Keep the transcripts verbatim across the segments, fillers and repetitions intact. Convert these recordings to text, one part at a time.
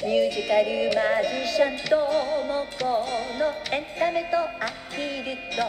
ミュージカルマジシャンともこのエンタメとアヒルと。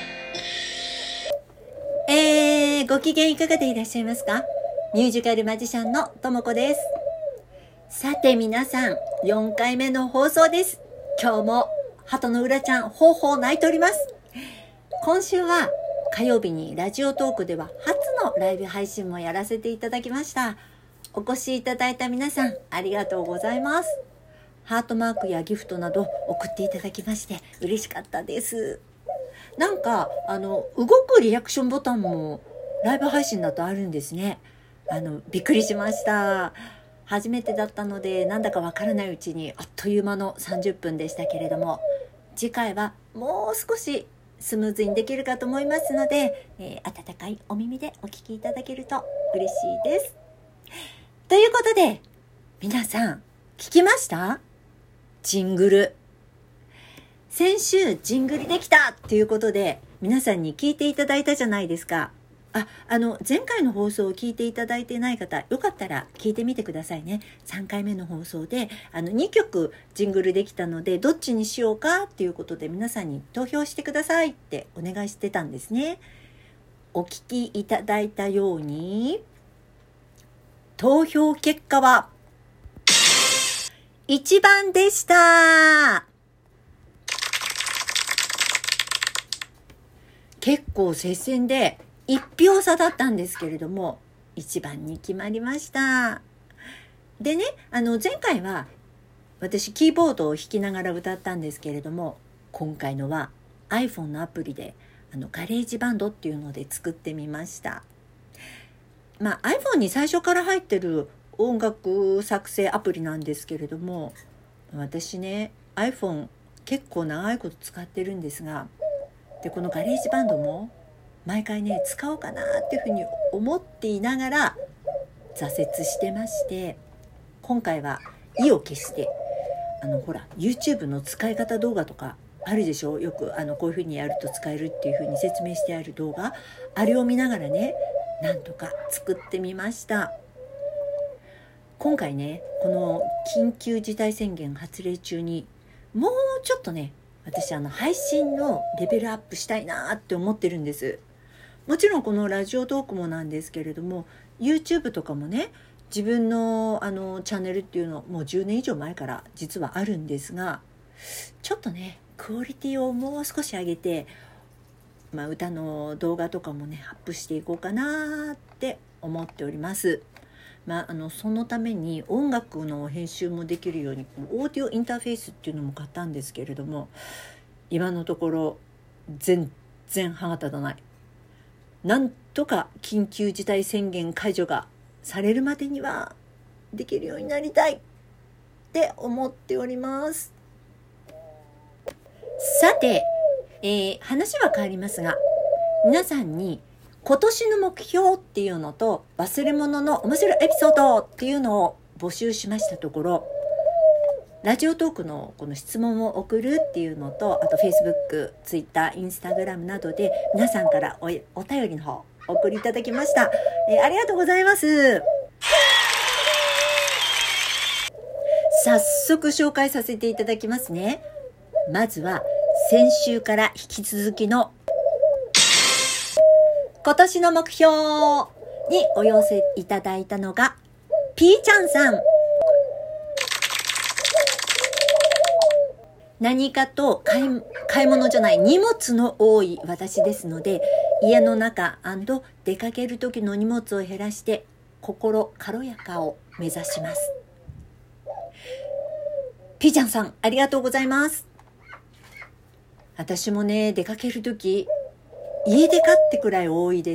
えー、ご機嫌いかがでいらっしゃいますか？ミュージカルマジシャンのともこです。さて皆さん、よんかいめの放送です。今日も鳩の裏ちゃんほうほう泣いております。今週は火曜日にラジオトークでは初のライブ配信もやらせていただきました。お越しいただいた皆さんありがとうございます。ハートマークやギフトなど送っていただきまして嬉しかったです。なんかあの動くリアクションボタンもライブ配信だとあるんですね。あのびっくりしました。初めてだったのでなんだかわからないうちにあっという間のさんじゅっぷんでしたけれども、次回はもう少しスムーズにできるかと思いますので、えー、温かいお耳でお聞きいただけると嬉しいです。ということで皆さん聞きました？ジングル。先週ジングルできたっていうことで皆さんに聞いていただいたじゃないですか。あ、あの前回の放送を聞いていただいてない方、よかったら聞いてみてくださいね。さんかいめの放送であのにきょくジングルできたのでどっちにしようかっていうことで皆さんに投票してくださいってお願いしてたんですね。お聞きいただいたように投票結果はいちばんでした。結構接戦でいち票差だったんですけれどもいちばんに決まりました。でね、あの前回は私キーボードを弾きながら歌ったんですけれども、今回のは iPhone のアプリであのガレージバンドっていうので作ってみました。まあ iPhone に最初から入ってる音楽作成アプリなんですけれども、私ね iPhone 結構長いこと使ってるんですが、でこのガレージバンドも毎回ね使おうかなっていうふうに思っていながら挫折してまして、今回は意を決してあのほら YouTube の使い方動画とかあるでしょ。よくあのこういうふうにやると使えるっていうふうに説明してある動画、あれを見ながらねなんとか作ってみました。今回ねこの緊急事態宣言発令中にもうちょっとね私あの配信のレベルアップしたいなって思ってるんです。もちろんこのラジオトークもなんですけれども YouTube とかもね自分のあのチャンネルっていうのもうじゅうねん以上前から実はあるんですが、ちょっとねクオリティをもう少し上げて、まあ、歌の動画とかもねアップしていこうかなって思っております。まあ、あのそのために音楽の編集もできるようにオーディオインターフェースっていうのも買ったんですけれども、今のところ全然歯が立たない。なんとか緊急事態宣言解除がされるまでにはできるようになりたいって思っております。さて、えー、話は変わりますが、皆さんに今年の目標っていうのと忘れ物の面白いエピソードっていうのを募集しましたところ、ラジオトークのこの質問を送るっていうのと、あと Facebook、Twitter、Instagram などで皆さんからお、お便りの方お送りいただきました、えー、ありがとうございます。早速紹介させていただきますね。まずは先週から引き続きの今年の目標にお寄せいただいたのがピーちゃんさん。何かと買い、買い物じゃない荷物の多い私ですので、家の中&出かける時の荷物を減らして心軽やかを目指します。ピーちゃんさんありがとうございます。私もね出かける時家で買ってくらい多いです。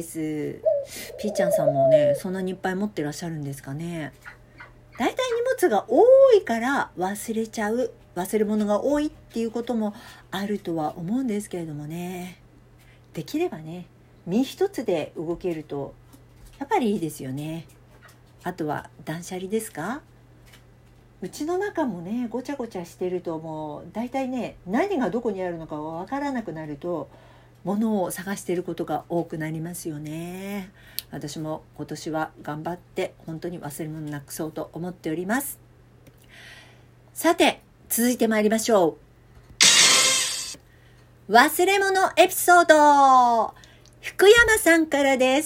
ピーちゃんさんもねそんなにいっぱい持ってらっしゃるんですかね。だいたい荷物が多いから忘れちゃう、忘れ物が多いっていうこともあるとは思うんですけれどもね、できればね身一つで動けるとやっぱりいいですよね。あとは断捨離ですか。うちの中もねごちゃごちゃしてるともうだいたいね何がどこにあるのかわからなくなると物を探していることが多くなりますよね。私も今年は頑張って本当に忘れ物なくそうと思っております。 さて、続いて参りましょう。忘れ物エピソード、福山さんからです。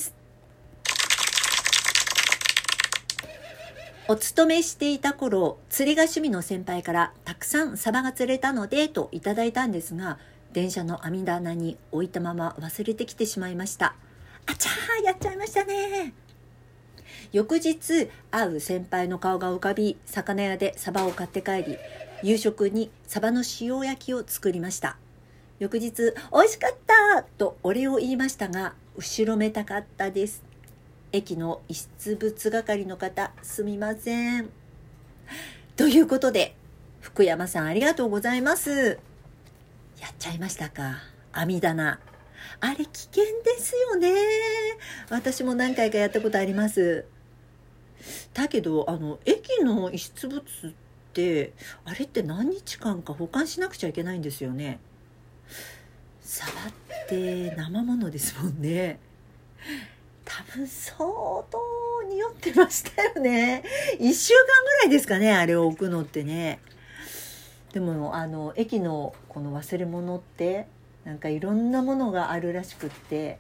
お勤めしていた頃、釣りが趣味の先輩からたくさんサバが釣れたのでといただいたんですが、電車の網棚に置いたまま忘れてきてしまいました。あちゃー、やっちゃいましたね。翌日会う先輩の顔が浮かび、魚屋でサバを買って帰り、夕食にサバの塩焼きを作りました。翌日、美味しかったとお礼を言いましたが、後ろめたかったです。駅の遺失物係の方、すみません。ということで、福山さんありがとうございます。やっちゃいましたか、網棚。あれ危険ですよね。私も何回かやったことあります。だけどあの駅の遺失物ってあれって何日間か保管しなくちゃいけないんですよね。サバって生ものですもんね。多分相当匂ってましたよね。いっしゅうかんぐらいですかね、あれを置くのってね。でもあの駅のこの忘れ物ってなんかいろんなものがあるらしくって、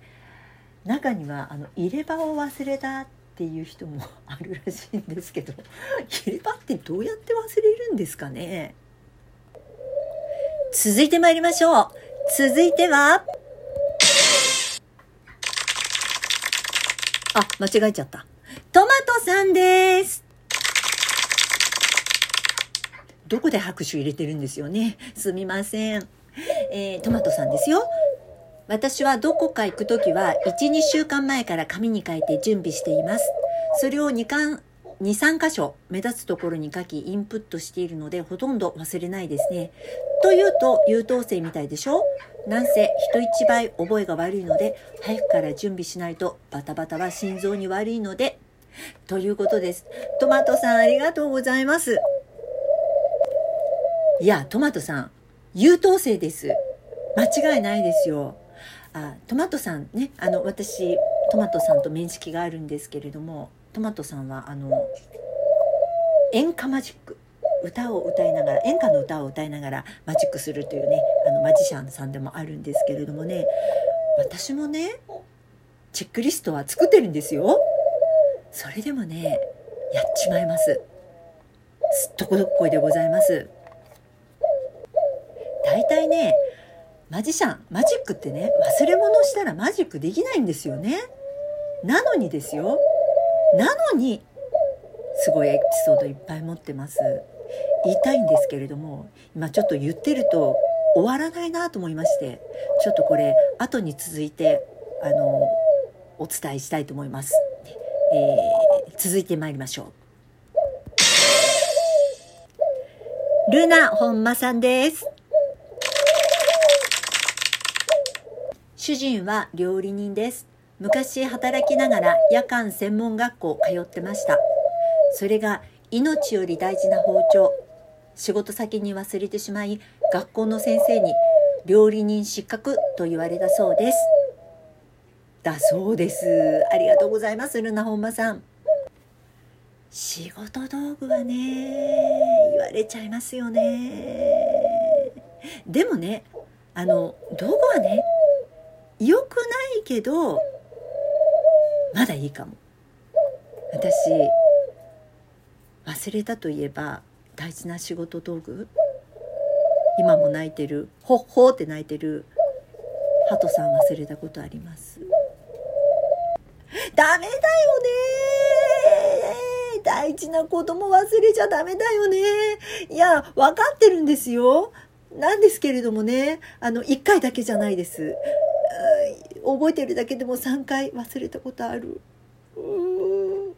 中にはあの入れ歯を忘れたっていう人もあるらしいんですけど、入れ歯ってどうやって忘れるんですかね。続いて参りましょう。続いては、あ、間違えちゃった。トマトさんです。どこで拍手入れてるんですよね。すみません。えー、トマトさんですよ。私はどこか行くときはいち、にしゅうかんまえから紙に書いて準備しています。それをに、さん箇所目立つところに書きインプットしているのでほとんど忘れないですね。というと優等生みたいでしょ。なんせ人一倍覚えが悪いので早くから準備しないとバタバタは心臓に悪いので、ということです。トマトさんありがとうございます。いやトマトさん優等生です。間違いないですよ。あ、トマトさんね、あの私トマトさんと面識があるんですけれども、トマトさんはあの演歌マジック、歌を歌いながら、演歌の歌を歌いながらマジックするというね、あのマジシャンさんでもあるんですけれどもね、私もねチェックリストは作ってるんですよ。それでもねやっちまいます。すっとこどっこいでございます。だいたいねマジシャン、マジックってね、忘れ物したらマジックできないんですよね。なのにですよ。なのに、すごいエピソードいっぱい持ってます。言いたいんですけれども、今ちょっと言ってると終わらないなと思いまして、ちょっとこれ、後に続いて、あの、お伝えしたいと思います。えー、続いて参りましょう。ルナ本間さんです。主人は料理人です。昔働きながら夜間専門学校通ってました。それが命より大事な包丁。仕事先に忘れてしまい、学校の先生に料理人失格と言われたそうです。だそうです。ありがとうございます、ルナ本間さん。仕事道具はね、言われちゃいますよね。でもね、あの道具はね、良くないけどまだいいかも。私忘れたといえば大事な仕事道具、今も泣いてる、ほっほーって泣いてるハトさん忘れたことあります。ダメだよね、大事な子供忘れちゃダメだよね。いや分かってるんですよ。なんですけれどもね、あのいっかいだけじゃないです。覚えてるだけでもさんかい忘れたことある。うーん、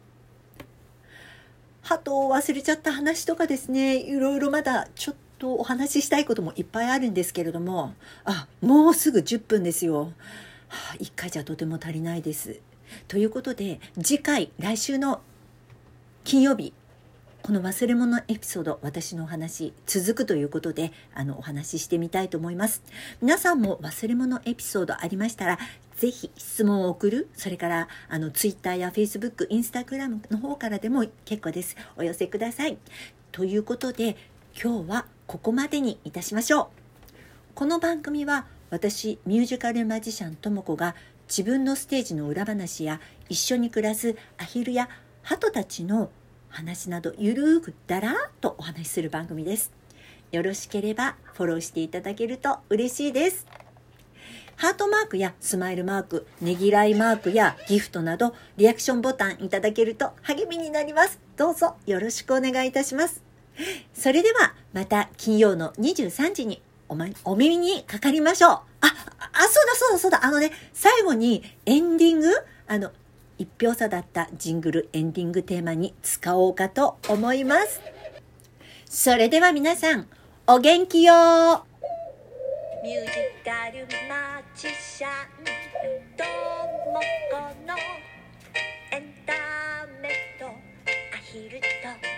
鳩を忘れちゃった話とかですね、いろいろまだちょっとお話ししたいこともいっぱいあるんですけれども、あ、もうすぐじゅっぷんですよ。はあ、いっかいじゃとても足りないです。ということで次回、来週の金曜日、この忘れ物エピソード、私のお話続くということで、あのお話ししてみたいと思います。皆さんも忘れ物エピソードありましたら、ぜひ質問を送る、それからあのツイッターやフェイスブック、インスタグラムの方からでも結構です。お寄せください。ということで、 今日はここまでにいたしましょう。この番組は私ミュージカルマジシャンともこが自分のステージの裏話や一緒に暮らすアヒルやハトたちの話などゆるーくだらーっとお話しする番組です。よろしければフォローしていただけると嬉しいです。ハートマークやスマイルマーク、ねぎらいマークやギフトなどリアクションボタンいただけると励みになります。どうぞよろしくお願いいたします。それではまた金曜のにじゅうさんじにお,、ま、お耳にかかりましょう。あ、あ、そうだそうだそうだ。あのね、最後にエンディング、あの、一票差だったジングルエンディングテーマに使おうかと思います。それでは皆さん、お元気よー。ミュージカルマジシャンともこのエンタメとアヒルと